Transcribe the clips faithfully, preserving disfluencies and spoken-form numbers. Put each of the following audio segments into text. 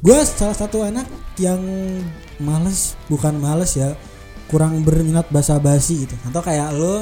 Gue salah satu anak yang males, bukan males ya, kurang berminat basa-basi gitu. Atau kayak lo uh,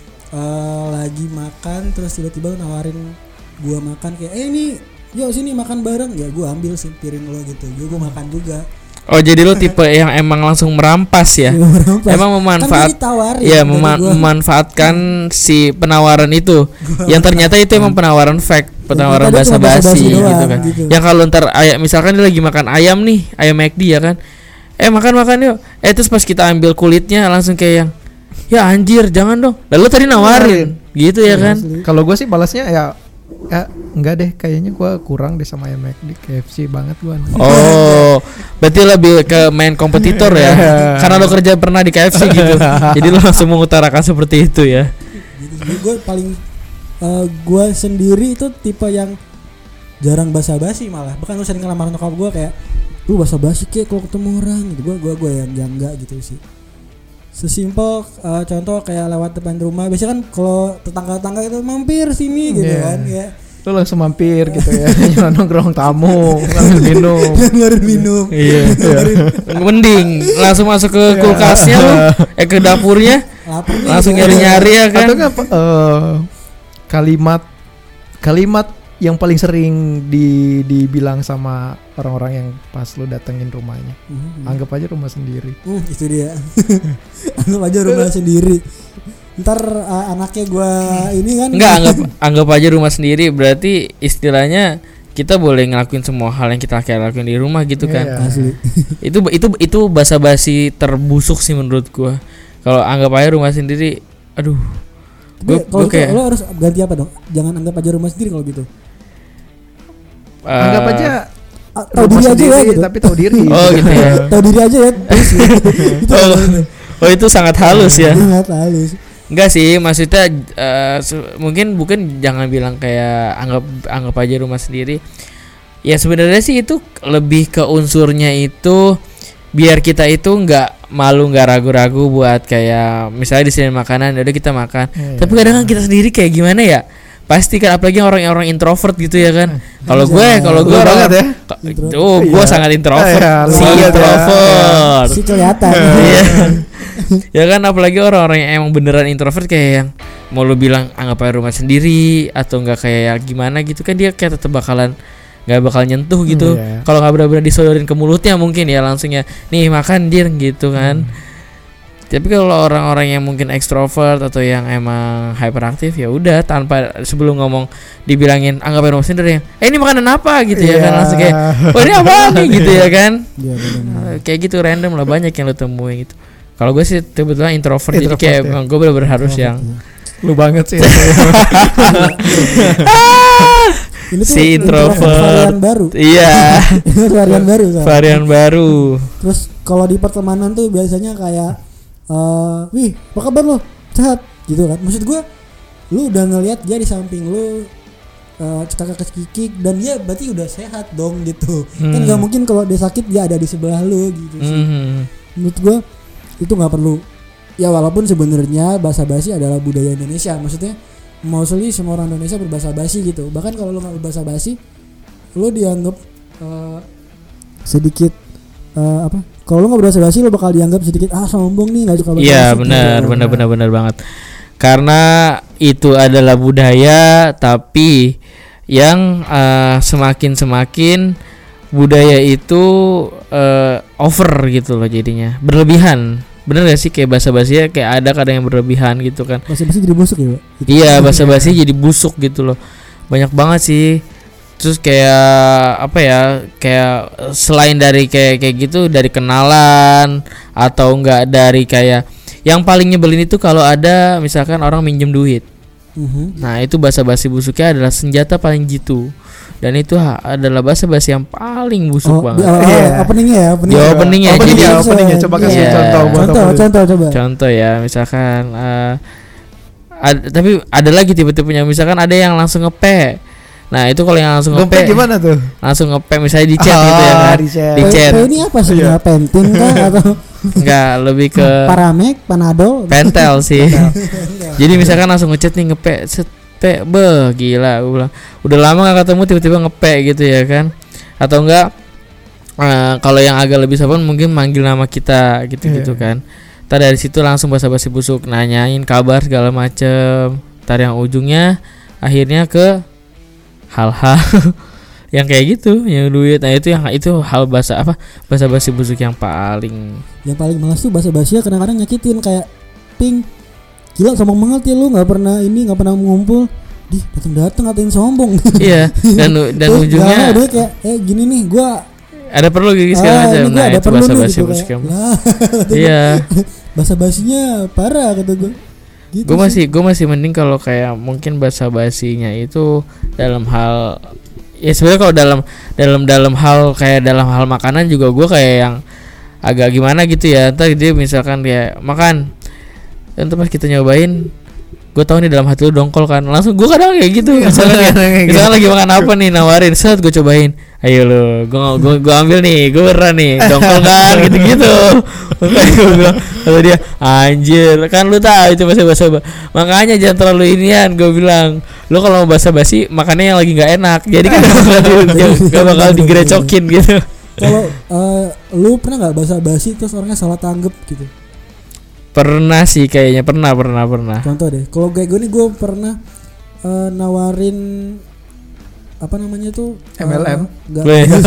lagi makan terus tiba-tiba nawarin gue makan kayak eh ini yuk sini makan bareng, ya gue ambil sih piring lo gitu, gue gue makan juga. Oh jadi lo tipe yang emang langsung merampas ya? merampas. Emang memanfaat, kan ya mema- memanfaatkan si penawaran itu, yang ternyata itu emang penawaran fake, penawaran basa-basi gitu kan. Gitu. Yang kalau ntar ayam, misalkan dia lagi makan ayam nih, ayam McD ya kan, eh makan makan yuk, eh terus pas kita ambil kulitnya langsung kayak yang, ya anjir jangan dong, lalu tadi nawarin, gitu ya kan? Kalau gue sih balasnya ya. Ya enggak deh, kayaknya gue kurang deh sama ayam McD, K F C banget gue. Oh, berarti lebih ke main kompetitor ya, karena lo kerja pernah di K F C gitu, jadi lo langsung mengutarakan seperti itu ya. Jadi gue paling uh, gue sendiri itu tipe yang jarang basa-basi, malah bahkan gue sering ngelamar nyokap gue kayak lu basa-basi kek kalau ketemu orang gitu, gue gue gue yang yang enggak gitu sih. Sesimpel uh, contoh kayak lewat depan rumah, biasanya kan kalau tetangga-tetangga itu mampir sini gitu yeah. kan ya. Lu langsung mampir gitu ya, nongkrong tamu, ngambil minum, ngeluarin minum. Iya. Mending langsung masuk ke kulkasnya lu, eh ke dapurnya, Lapunya langsung nyari-nyari ya kan. Atau kan uh, kalimat kalimat yang paling sering di, dibilang sama orang-orang yang pas lu datengin rumahnya, mm-hmm. anggap aja rumah sendiri. Uh, itu dia. Anggap aja rumah sendiri. Ntar uh, anaknya gue ini kan. Enggak, anggap anggap aja rumah sendiri. Berarti istilahnya kita boleh ngelakuin semua hal yang kita lakuin di rumah gitu kan. Yeah. Asli. itu itu itu basa-basi terbusuk sih menurut gue. Kalau anggap aja rumah sendiri, aduh. Kalau kayak lo harus ganti apa dong? Jangan anggap aja rumah sendiri kalau gitu. Uh, anggap aja uh, tahu diri aja ya gitu. Tapi tahu diri. Oh gitu ya. Tahu diri aja ya. Itu oh, oh itu sangat halus ya. Sangat halus. Enggak sih, maksudnya uh, se- mungkin bukan jangan bilang kayak anggap anggap aja rumah sendiri. Ya sebenarnya sih itu lebih ke unsurnya itu biar kita itu nggak malu, nggak ragu-ragu buat kayak misalnya disediain makanan, udah kita makan. Yeah, tapi kadang kan kita sendiri kayak gimana ya? Pasti kan apalagi orang-orang introvert gitu ya kan. Kalau gue, kalau gue orang ya. Oh, gue iya. sangat introvert. Iya, si introvert. Si kelihatan. Iya. Ya kan apalagi orang-orang yang emang beneran introvert kayak yang mau lu bilang anggap aja rumah sendiri atau enggak kayak gimana gitu kan, dia kayak tetap bakalan enggak bakal nyentuh gitu. Hmm, iya. Kalau enggak benar-benar disodorin ke mulutnya mungkin ya langsungnya nih makan dir gitu kan. Hmm. Tapi kalau orang-orang yang mungkin ekstrovert atau yang emang hyperaktif ya udah tanpa sebelum ngomong dibilangin anggap aja rumah sendiri ya. Eh ini makanan apa gitu yeah. ya kan, langsung kayak oh ini apa nih gitu ya kan. Yeah, nah, kayak gitu random lah, banyak yang lo temuin gitu. Kalau gue sih kebetulan introvert, introvert jadi kayak ya. Gue bener-bener harus introvert, yang ya. Lu banget sih. Ini si introvert varian baru. Iya. Ini varian baru. Kan? Varian baru. Terus kalau di pertemanan tuh biasanya kayak Uh, wih, apa kabar lo? Sehat gitu kan. Maksud gue, lu udah ngelihat dia di samping lu uh, cekak-cekik dan dia berarti udah sehat dong gitu. Hmm. Kan gak mungkin kalau dia sakit dia ada di sebelah lu gitu sih. Hmm. Menurut gue itu gak perlu. Ya walaupun sebenarnya basa-basi adalah budaya Indonesia. Maksudnya mostly semua orang Indonesia berbasa-basi gitu. Bahkan kalau lu gak berbasa-basi, lu dianggap uh, sedikit uh, apa? Kalau lo nggak berbasa-basi lo bakal dianggap sedikit ah sombong nih, nggak suka basa-basi. Iya benar, benar, benar, benar banget. Karena itu adalah budaya, tapi yang uh, semakin semakin budaya itu uh, over gitu loh jadinya, berlebihan. Bener gak sih kayak basa-basi ya kayak ada kadang yang berlebihan gitu kan. Basa-basi jadi busuk ya, Pak? Gitu. Iya basa-basi jadi busuk gitu loh, banyak banget sih. Terus kayak apa ya, kayak selain dari kayak kayak gitu dari kenalan atau enggak dari kayak yang paling nyebelin itu kalau ada misalkan orang minjem duit. Uh-huh. Nah itu basa-basi busuknya adalah senjata paling jitu, dan itu ha, adalah basa-basi yang paling busuk oh, banget. Oh, yeah. Openingnya ya, openingnya. Ya openingnya. Opening jadi ya, openingnya coba kasih yeah. contoh. Contoh, contoh, coba. Contoh ya, misalkan, uh, ad, tapi ada lagi tipe-tipenya misalkan ada yang langsung ngepe. Nah itu kalau yang langsung nge-P gimana tuh? Langsung nge-P misalnya di chat ah, gitu ya kan. Di chat. Ini apa sih? Ya Pentin kah atau enggak, lebih ke Paramek, Panadol, Pentel sih. Jadi misalkan langsung ngechat nih nge-P set P be gila gue bilang. Udah lama enggak ketemu tiba-tiba nge-P gitu ya kan. Atau enggak uh, kalau yang agak lebih sopan mungkin manggil nama kita gitu-gitu yeah. kan. Ntar dari situ langsung basa-basi busuk, nanyain kabar segala macem. Ntar yang ujungnya akhirnya ke hal-hal yang kayak gitu, yang duit. Nah itu yang itu hal bahasa apa basa-basi busuk yang paling yang paling malas tuh basa-basinya kadang-kadang nyakitin, kayak ping gila sombong banget ya lu, nggak pernah ini nggak pernah ngumpul, di datang-datang ngatain sombong. Iya, dan dan terus ujungnya udah kayak eh gini nih gua ada perlu gitu segala ah, macam. Nah itu basa-basi gitu, busuk yang kayak, iya. Basa-basinya parah kata gue. Gitu gue masih gue masih mending kalau kayak mungkin basa-basinya itu dalam hal ya sebenarnya kalau dalam dalam dalam hal kayak dalam hal makanan juga gue kayak yang agak gimana gitu ya. Entar dia misalkan dia makan, dan pas kita nyobain, gue tahu nih dalam hati lu dongkol kan, langsung gue kadang kayak gitu. Misalkan ya, misalkan lagi makan apa nih nawarin, saat gue cobain, ayo lu, gue gue gue ambil nih, gue beneran nih dongkol kan gitu-gitu. Makanya gue bilang, kalau dia anjir kan lu tahu itu basa-basi, makanya jangan terlalu inian. Gue bilang lu kalau mau basa-basi makannya yang lagi nggak enak, jadi kan gak bakal digerecokin gitu. Kalau uh, lu pernah nggak basa-basi terus orangnya salah tanggep gitu? Pernah sih kayaknya, pernah pernah pernah. Contoh deh, kalau kayak gue nih gue pernah uh, nawarin apa namanya tuh M L M. Enggak.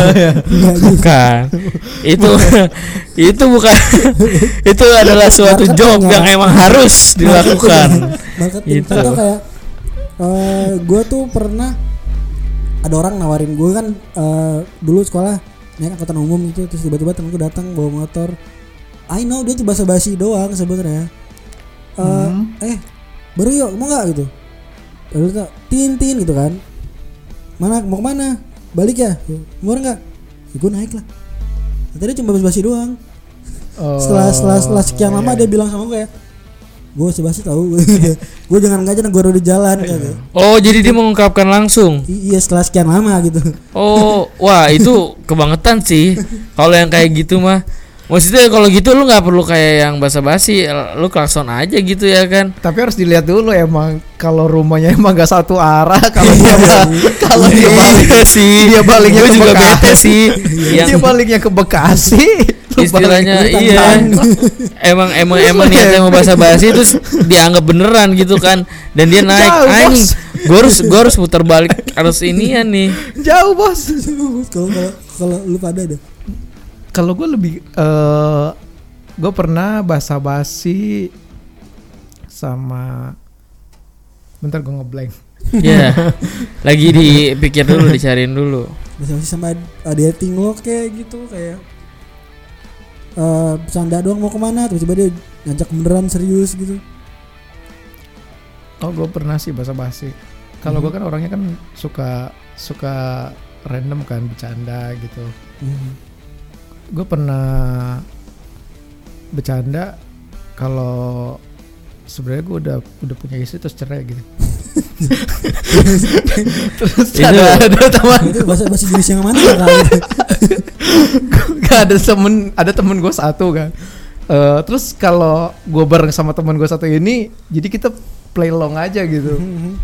Bukan. Itu itu bukan. Itu adalah suatu Marketing job ya. yang emang harus dilakukan. Marketing. Gitu. Contoh kayak uh, gue tuh pernah ada orang nawarin gue kan uh, dulu sekolah naik angkutan umum gitu, terus tiba-tiba temen gue datang bawa motor. I know dia tuh basa-basi doang sebenarnya. Uh, hmm. Eh, baru yuk mau nggak gitu? Lalu tak tin-tin gitu kan. Mana mau kemana? Balik ya? Mau nggak? Ya, gue naik lah. Tadi cuma basa-basi doang. Oh, setelah setelah setelah sekian iya. lama dia bilang sama gue ya, gue basa-basi tahu. Gue jangan ngajar, gue udah di jalan. Gitu. Oh jadi dia mengungkapkan langsung? I- iya setelah sekian lama gitu. Oh wah itu kebangetan sih. Kalau yang kayak gitu mah. Maksudnya kalau gitu lu nggak perlu kayak yang basa-basi, lu klakson aja gitu ya kan. Tapi harus dilihat dulu emang kalau rumahnya emang gak satu arah. Kalau dia kalau dia balik sih, dia baliknya ke juga bete sih. Yang dia baliknya ke Bekasi. Istilahnya iya. Emang emang emang niatnya mau basa-basi terus dianggap beneran gitu kan. Dan dia naik, anjing. Gue harus gue harus putar balik harus inian nih. Jauh bos. Kalau kalau lu pada ada. Kalau gue lebih, uh, gue pernah basa-basi sama, bentar gue ngeblank. Ya, yeah. Lagi dipikir dulu, dicariin dulu. Basa-basi sama dating lo kayak gitu, kayak uh, bercanda doang mau kemana, tiba-tiba dia ngajak beneran serius gitu. Oh gue pernah sih basa-basi. Kalau hmm. gue kan orangnya kan suka suka random kan, bercanda gitu. Hmm. Gue pernah bercanda kalau sebenarnya gue udah udah punya istri terus cerai gitu. Terus ada ada teman itu bahasa bahasa jenis yang mana kali? Gak ada temen ada temen gue satu kan. Uh, terus kalau gue bareng sama teman gue satu ini, jadi kita play long aja gitu.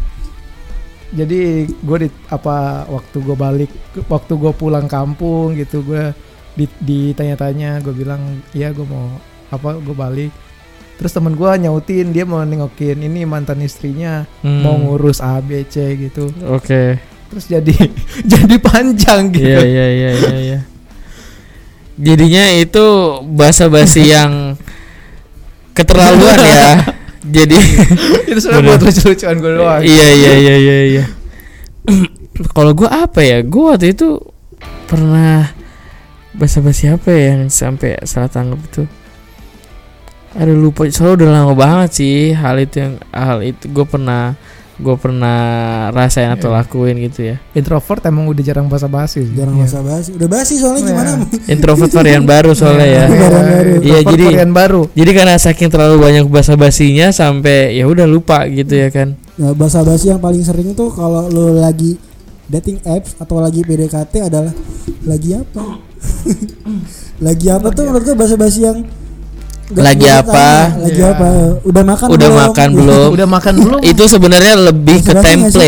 Jadi gue di apa waktu gue balik, waktu gue pulang kampung gitu, gue ditanya-tanya, gue bilang iya gue mau apa gue balik. Terus temen gue nyautin dia mau nengokin ini mantan istrinya, hmm. mau ngurus A B C gitu. Oke. Okay. Terus jadi jadi panjang gitu. Iya iya iya iya. Ya. Jadinya itu basa-basi yang keterlaluan ya. Jadi itu sebenarnya buat lucu-lucuan gue doang. Iya iya iya iya iya. Kalau gue apa ya? Gue waktu itu pernah basa-basi apa ya yang sampai salah tanggap itu. Aduh lupa, soalnya udah lama banget sih hal itu yang hal itu gue pernah gue pernah rasain atau yeah. lakuin gitu ya. Introvert emang udah jarang basa-basi. Jarang yeah. basa-basi. Udah basi soalnya yeah. gimana? Introvert varian baru soalnya ya. Iya jadi varian baru. Jadi karena saking terlalu banyak basa-basinya sampai ya udah lupa gitu ya kan. Nah, basa-basi yang paling sering tuh kalau lo lagi dating apps atau lagi P D K T adalah lagi apa? Lagi apa tuh menurut gue basa-basi yang lagi apa? Lagi yeah. apa? Udah makan Udah belum? makan belum? Udah makan belum? Itu sebenarnya lebih ke template.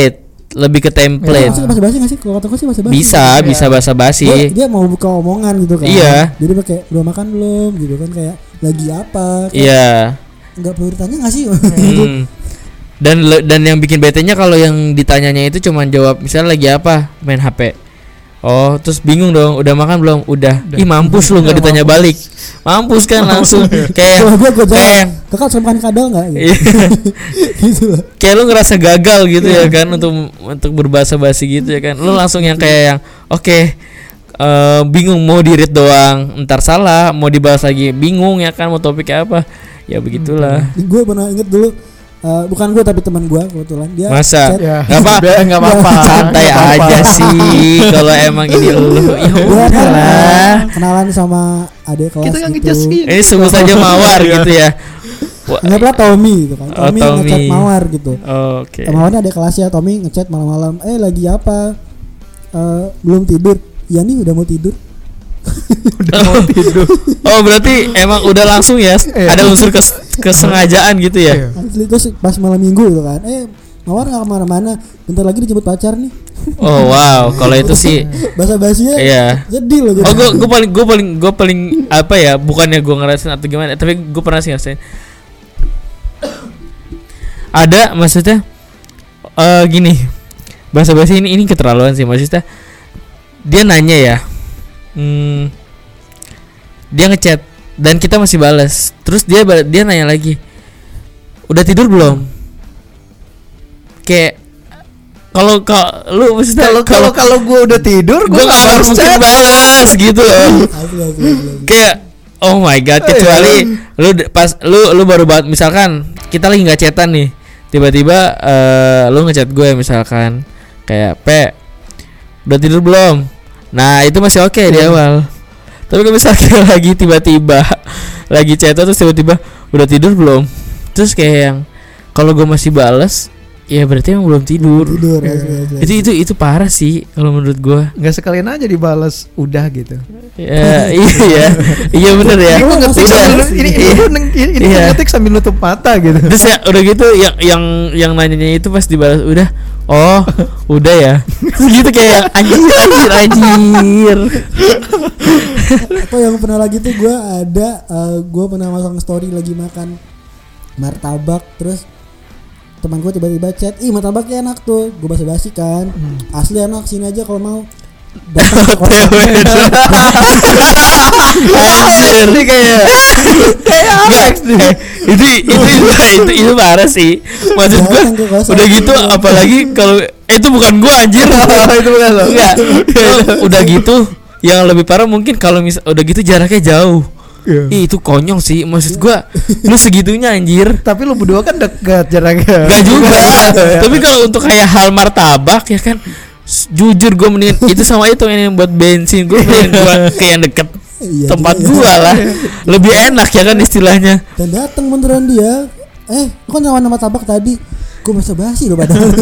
lebih ke template. Ya, basa-basi nggak sih? Kalau kata gue sih basa-basi. Bisa, ya. bisa basa-basi. Dia, dia mau buka omongan gitu kan. Iya. Jadi kayak udah makan belum gitu kan, kayak lagi apa? Iya. Nggak perlu ditanya nggak sih? Hmm. Dan dan yang bikin betenya kalau yang ditanyanya itu cuman jawab misalnya lagi apa, main H P. Oh, terus bingung dong, udah makan belum? Udah. Udah. Ih, mampus lu nggak ditanya mampus. balik. Mampus kan langsung kayak kayak kakak suka makan kadal nggak? Gitu. Kayak lu ngerasa gagal gitu ya kan untuk untuk berbahasa basi gitu ya kan. Lu langsung yang kayak yang oke, okay, uh, bingung mau di-read doang, entar salah, mau dibahas lagi bingung ya kan mau topiknya apa. Ya begitulah. Hmm. Gue pernah inget dulu Uh, bukan gue tapi teman gue kebetulan dia masa ya. nggak apa nggak apa-apa santai gak aja apa-apa. Sih kalau emang ini lu ya udahlah kenalan sama adik kelas kita gitu ini sebut saja Mawar gitu ya nggak Tommy gitu kan Tommy, oh, Tommy. ngechat Mawar gitu oh, oke okay. Mawarnya adik kelasnya Tommy ngechat malam-malam eh lagi apa uh, belum tidur ya nih udah mau tidur udah mau tidur. Oh berarti emang udah langsung ya ada unsur kes- kesengajaan gitu ya. Asli terus pas malam minggu gitu kan. Eh Mawar nggak kemana-mana. Bentar lagi dijemput pacar nih. Oh wow kalau itu sih. Basa-basinya. Iya. Jadi loh. Jadi. Oh gue gue paling gue paling gue paling apa ya bukannya gue ngerasain atau gimana tapi gue pernah sih ngerasain. Ada maksudnya uh, gini basa-basi ini ini keterlaluan sih maksudnya dia nanya ya. Hmm, dia ngechat dan kita masih balas. Terus dia dia nanya lagi, udah tidur belum? Kayak kalau kalau lu maksudnya kalau kalau gue udah tidur gue nggak harus mungkin balas gitu loh. Kayak oh my god kecuali lu pas lu lu baru banget misalkan kita lagi nggak chatan nih tiba-tiba uh, lu ngechat gue misalkan kayak P udah tidur belum? Nah itu masih oke okay di awal. Tapi kalau misalnya lagi tiba-tiba lagi chat terus tiba-tiba udah tidur belum? Terus kayak yang kalau gue masih balas, ya berarti emang belum tidur. tidur ya. asli, asli. Itu itu itu parah sih kalau menurut gue. Nggak sekalian aja dibalas udah gitu. Ya iya iya benar ya. Ini ngetik sambil ini ini ini ngetik sambil nutup mata gitu. Terus ya udah gitu yang yang yang nanyanya itu pas dibalas udah. Oh, udah ya. Terus gitu kayak anjir anjir anjir. Atau yang pernah lagi tuh gue ada uh, gue pernah masang story lagi makan martabak terus teman gue tiba-tiba chat, ih martabaknya enak tuh, gue basa-basi kan, hmm. asli enak sini aja kalau mau. Datang ke kosan. Anjir nih kayak kayak Alex nih. Itu itu itu itu parah sih. Maksud gue udah gitu apalagi kalau eh, itu bukan gue anjir. Itu bukan lo. Enggak. Udah gitu yang lebih parah mungkin kalau misal udah gitu jaraknya jauh. Yeah. Ih, itu konyol sih maksud gua lu segitunya anjir. Tapi lu berdua kan dekat jaraknya. Gak juga. Tapi kalau untuk kayak hal martabak ya kan jujur gue mendingan itu sama itu yang buat bensin gue mendingan gue ke yang deket iya, tempat iya, gue lah lebih enak ya kan istilahnya. Dan datang beneran dia eh lu kan nama-nama tabak tadi gue masa basi loh padahal.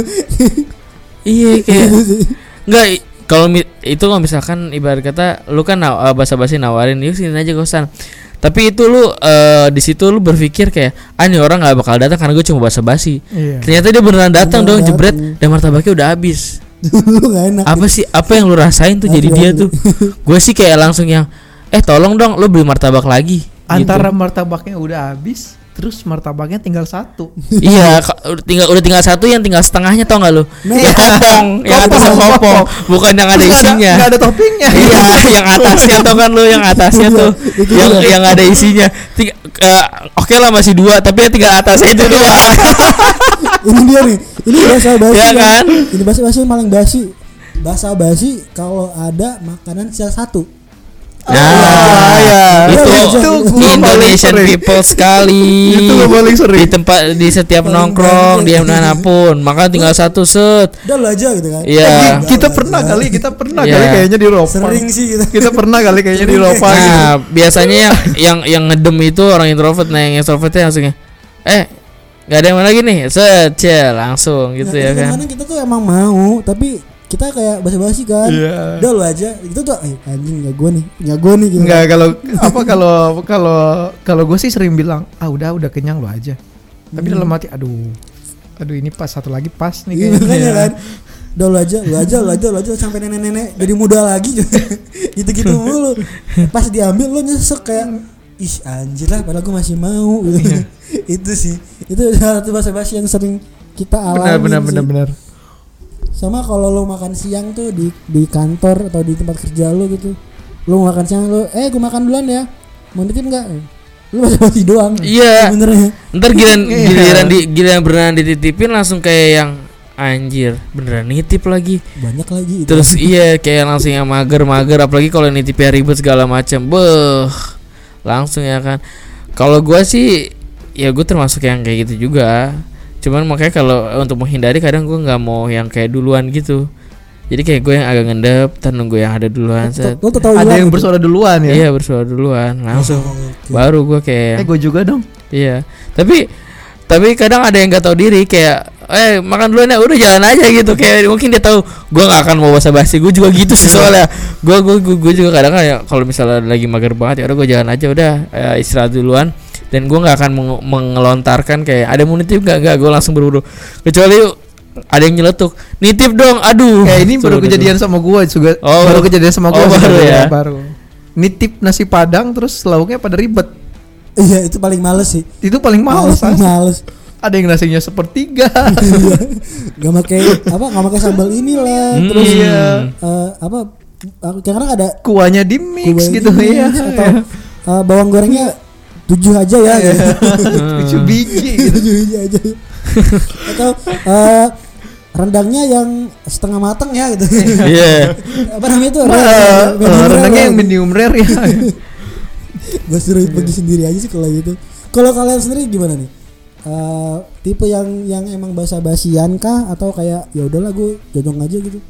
Iya kayak enggak kalau itu kalau misalkan ibarat kata lu kan uh, basa-basi nawarin yuk sini aja kosan tapi itu lu uh, di situ lu berpikir kayak ah ini orang nggak bakal datang karena gue cuma basa-basi. Iya. Ternyata dia beneran datang dong jebret dan martabaknya udah habis. Dulu gak enak apa gitu. Sih apa yang lu rasain tuh jadi dia tuh gue sih kayak langsung yang eh tolong dong lu beli martabak lagi antara gitu. Martabaknya udah habis terus martabaknya tinggal satu. Iya udah tinggal udah tinggal satu yang tinggal setengahnya tau nggak lu nah, yang kopong yang atasnya kopong bukan yang ada isinya nggak ada toppingnya. Iya yang atasnya tau kan lu yang atasnya tuh yang yang ada isinya Ting- uh, oke okay lah masih dua tapi yang tinggal atasnya itu doang. Ini dia nih ini bahasa basi ya kan ini bahasa basi paling basi bahasa basi kalau ada makanan sisa satu. Nah, oh, ya. Itu, itu Indonesian people sekali. Itu paling sering di tempat di setiap nongkrong di manapun maka tinggal satu set. Udah lu aja gitu kan. Iya. Kita pernah kali kita pernah kali kayaknya di Ropang. Sering sih kita. Kita pernah kali kayaknya di Ropang. Nah, biasanya yang yang yang ngedem itu orang introvert, nah yang extrovertnya langsungnya eh nggak ada yang mana lagi nih set langsung gitu nah, ya kan. Kadang kita tuh emang mau tapi kita kayak basa-basi kan. Yeah. Udah lu aja. Itu tuh eh, anjing enggak gua nih. Enggak gua nih gitu. Enggak kalau apa kalau kalau kalau gue sih sering bilang, "Ah, udah udah kenyang lu aja." Tapi hmm. dalam hati, aduh. Aduh ini pas satu lagi pas nih kayaknya. Iya, kan. udah lu aja lu aja lu aja lu aja sampai nenek-nenek jadi muda lagi gitu-gitu mulu. Pas diambil lu nyesek kayak ih anjir lah padahal gue masih mau gitu. Iya. Itu sih itu salah satu basa-basi yang sering kita alami. Benar benar benar. Sama kalau lu makan siang tuh di di kantor atau di tempat kerja lu gitu, lu makan siang lu eh gue makan duluan ya, mau nitip nggak? Lu masih masih doang. Iya. Sebenarnya. Ntar giliran giliran di giliran beneran dititipin langsung kayak yang anjir beneran nitip lagi. Banyak lagi. Itu. Terus iya kayak langsung yang mager-mager apalagi kalau nitipnya ribet segala macam. Beuh. Langsung ya kan. Kalau gua sih ya gue termasuk yang kayak gitu juga. Cuman makanya kalau untuk menghindari kadang gua nggak mau yang kayak duluan gitu. Jadi kayak gue yang agak ngendep, ntar nunggu yang ada duluan. Set. Lo tahu ada yang gitu? Bersuara duluan ya? Iya bersuara duluan, langsung. Oh, okay. Baru gue kayak. Eh gue juga dong. Iya, tapi tapi kadang ada yang nggak tahu diri kayak, eh makan duluan ya, udah jalan aja gitu. Kayak mungkin dia tahu gue nggak akan mau basa-basi. Gue juga gitu sih soalnya. Gue gue gue juga kadang kayak kalau misalnya lagi mager banget ya udah gue jalan aja udah ya, istirahat duluan. Dan gue nggak akan meng- mengelontarkan kayak ada mau nitip nggak nggak gue langsung buru-buru. Kecuali ada yang nyeletuk nitip dong aduh kayak ini baru kejadian itu. Sama gua juga oh, baru kejadian sama gua oh, baru ya baru nitip nasi padang terus lauknya pada ribet. Iya itu paling males sih, itu paling males males, males. Ada yang nasinya sepertiga nggak pakai apa nggak pakai sambal inilah hmm. Terus ya uh, apa kadang ada kuahnya di mix gitu ya atau uh, bawang gorengnya tujuh aja ya gitu. tujuh biji gitu. tujuh biji aja atau uh, rendangnya yang setengah matang ya gitu. Iya. Apa namanya itu? Nah, uh, rendangnya yang medium rare ya. Gue suruh pergi sendiri aja sih kalau gitu. Kalau kalian sendiri gimana nih? Uh, tipe yang yang emang basa-basian kah atau kayak ya udahlah gue jojong aja gitu?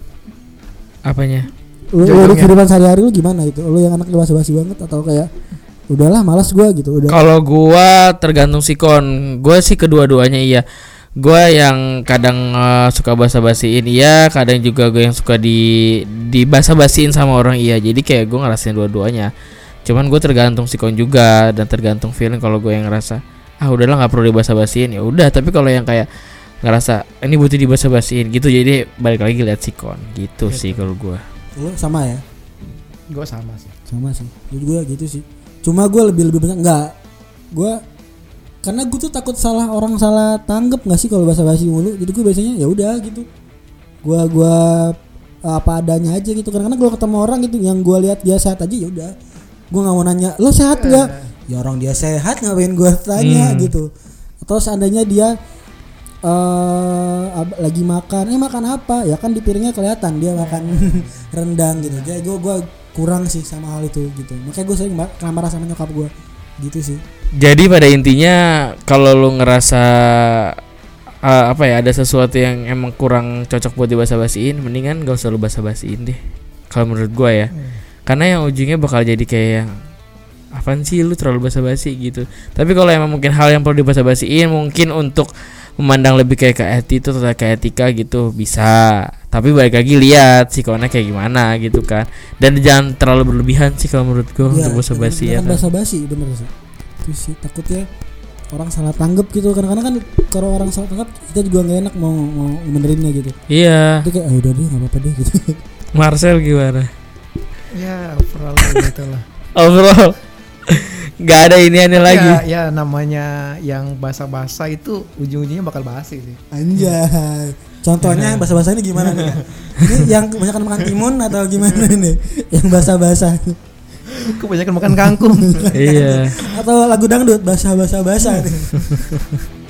Apanya? Lu, lu kehidupan sehari-hari lu gimana gitu? Lu yang anaknya basa-basi banget atau kayak udahlah malas gue gitu udah. Kalau gua tergantung sikon. Gua sih kedua-duanya iya. Gua yang kadang uh, suka basa-basiin iya, kadang juga gue yang suka di di basa-basiin sama orang iya. Jadi kayak gua ngerasain dua-duanya. Cuman gua tergantung sikon juga dan tergantung feeling. Kalau gue yang ngerasa ah udahlah nggak perlu dibasa-basiin ya udah. Tapi kalau yang kayak ngerasa ini butuh dibasa-basiin gitu, jadi balik lagi lihat sikon gitu, gitu. Sih kalau gua. Lu sama ya? Gua sama sih. Sama sih. Gue juga gitu sih. Cuma gue lebih lebih banyak nggak, gue karena gue tuh takut salah orang salah tanggap nggak sih kalau basa-basi mulu. Jadi gue biasanya ya udah gitu, gue gue apa adanya aja gitu. Karena gue ketemu orang gitu yang gue lihat dia sehat aja ya udah, gue nggak mau nanya lo sehat nggak? Ya orang dia sehat ngapain gue tanya hmm. gitu. Atau seandainya dia uh, lagi makan, eh makan apa? Ya kan di piringnya kelihatan dia makan rendang gitu. Jadi gue gue kurang sih sama hal itu gitu. Makanya gue sering kena marah sama nyokap gue gitu sih. Jadi pada intinya kalau lu ngerasa uh, apa ya ada sesuatu yang emang kurang cocok buat dibasa-basiin, mendingan gak usah lu basa-basiin deh. Kalau menurut gue ya. Hmm. Karena yang ujungnya bakal jadi kayak yang apaan sih lu terlalu basa-basi gitu. Tapi kalau emang mungkin hal yang perlu dibasa-basiin mungkin untuk memandang lebih kayak ke attitude atau kayak etika gitu bisa. Tapi balik lagi lihat sikonnya kayak gimana gitu kan. Dan jangan terlalu berlebihan sih kalau menurut gue ya, untuk basa-basi ya kan. Basa-basi bener sih. Itu sih takutnya orang salah tanggap gitu. Kadang-kadang kan kalau orang salah tanggap kita juga nggak enak mau mau benerinnya gitu. Iya. Jadi kayak ah, udah deh nggak apa-apa deh gitu. Marcel gimana? Ya overall gitu lah. Overall nggak ada ini aneh lagi. Ya, ya namanya yang basa-basa itu ujung-ujungnya bakal basi sih. Anjay. Contohnya basa-basa ini gimana nih? Ini yang kebanyakan makan timun atau gimana nih? Yang basa-basa. Kebanyakan makan kangkung. Iya. Atau lagu dangdut basa-basa-basa nih.